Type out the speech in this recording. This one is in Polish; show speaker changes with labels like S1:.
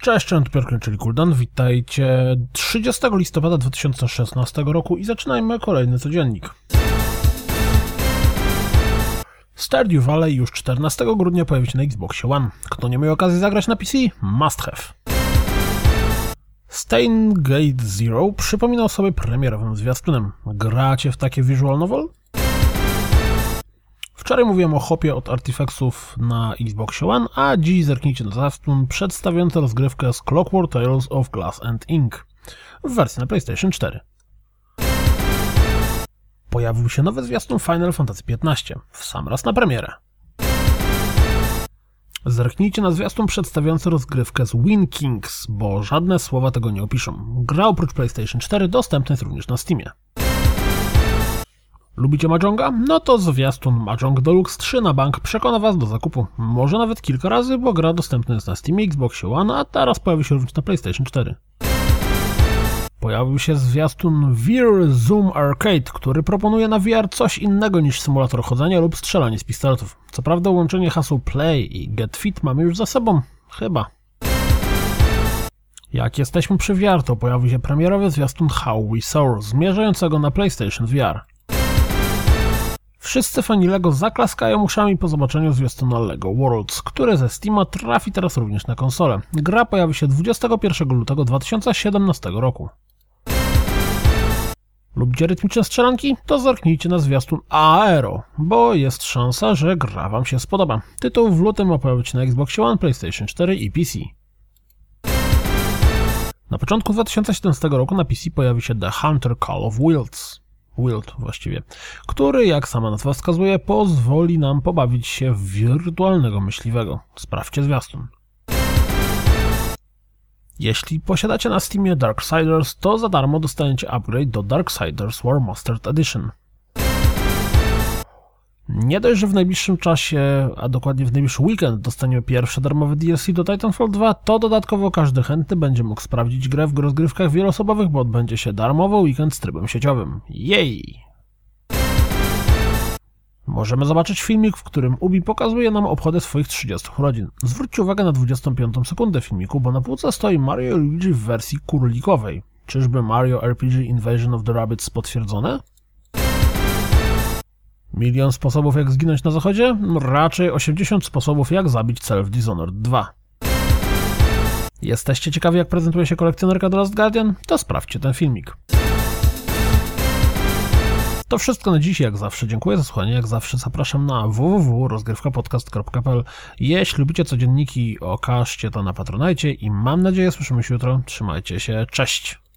S1: Cześć, Pierkin, czyli Kuldan. Witajcie 30 listopada 2016 roku i zaczynajmy kolejny codziennik. Stardew Valley już 14 grudnia pojawi się na Xboxie One. Kto nie miał okazji zagrać na PC? Must have. Steins Gate Zero przypominał sobie premierowym zwiastunem. Gracie w takie visual novel? Wczoraj mówiłem o hopie od Artifexów na Xboxie One, a dziś zerknijcie na zwiastun przedstawiający rozgrywkę z Clockwork Tales of Glass and Ink w wersji na PlayStation 4. Pojawił się nowy zwiastun Final Fantasy XV, w sam raz na premierę. Zerknijcie na zwiastun przedstawiający rozgrywkę z Wind Kings, bo żadne słowa tego nie opiszą. Gra oprócz PlayStation 4 dostępna jest również na Steamie. Lubicie Mahjonga? No to zwiastun Mahjong Deluxe 3 na bank przekona was do zakupu. Może nawet kilka razy, bo gra dostępna jest na Steamie, Xboxie One, a teraz pojawi się również na PlayStation 4. Pojawił się zwiastun VR Zoom Arcade, który proponuje na VR coś innego niż symulator chodzenia lub strzelanie z pistoletów. Co prawda łączenie haseł Play i Get Fit mamy już za sobą. Chyba. Jak jesteśmy przy VR, to pojawił się premierowy zwiastun How We Soar, zmierzającego na PlayStation VR. Wszyscy fani LEGO zaklaskają uszami po zobaczeniu zwiastuna LEGO Worlds, który ze Steama trafi teraz również na konsolę. Gra pojawi się 21 lutego 2017 roku. Lubicie rytmiczne strzelanki? To zerknijcie na zwiastun Aero, bo jest szansa, że gra wam się spodoba. Tytuł w lutym ma pojawić się na Xboxie One, PlayStation 4 i PC. Na początku 2017 roku na PC pojawi się The Hunter Call of Wild właściwie, który, jak sama nazwa wskazuje, pozwoli nam pobawić się w wirtualnego myśliwego. Sprawdźcie zwiastun. Jeśli posiadacie na Steamie Darksiders, to za darmo dostaniecie upgrade do Darksiders War Mastered Edition. Nie dość, że w najbliższym czasie, a dokładnie w najbliższy weekend dostaniemy pierwsze darmowe DLC do Titanfall 2, to dodatkowo każdy chętny będzie mógł sprawdzić grę w rozgrywkach wieloosobowych, bo odbędzie się darmowy weekend z trybem sieciowym. Jej! Możemy zobaczyć filmik, w którym Ubi pokazuje nam obchody swoich 30 urodzin. Zwróćcie uwagę na 25 sekundę filmiku, bo na półce stoi Mario i Luigi w wersji kurlikowej. Czyżby Mario RPG Invasion of the Rabbids potwierdzone? Milion sposobów jak zginąć na zachodzie? Raczej 80 sposobów jak zabić cel w Dishonored 2. Jesteście ciekawi jak prezentuje się kolekcjonerka The Last Guardian? To sprawdźcie ten filmik. To wszystko na dziś, jak zawsze dziękuję za słuchanie, jak zawsze zapraszam na www.rozgrywkapodcast.pl. Jeśli lubicie codzienniki, okażcie to na Patronite i mam nadzieję słyszymy się jutro. Trzymajcie się, cześć!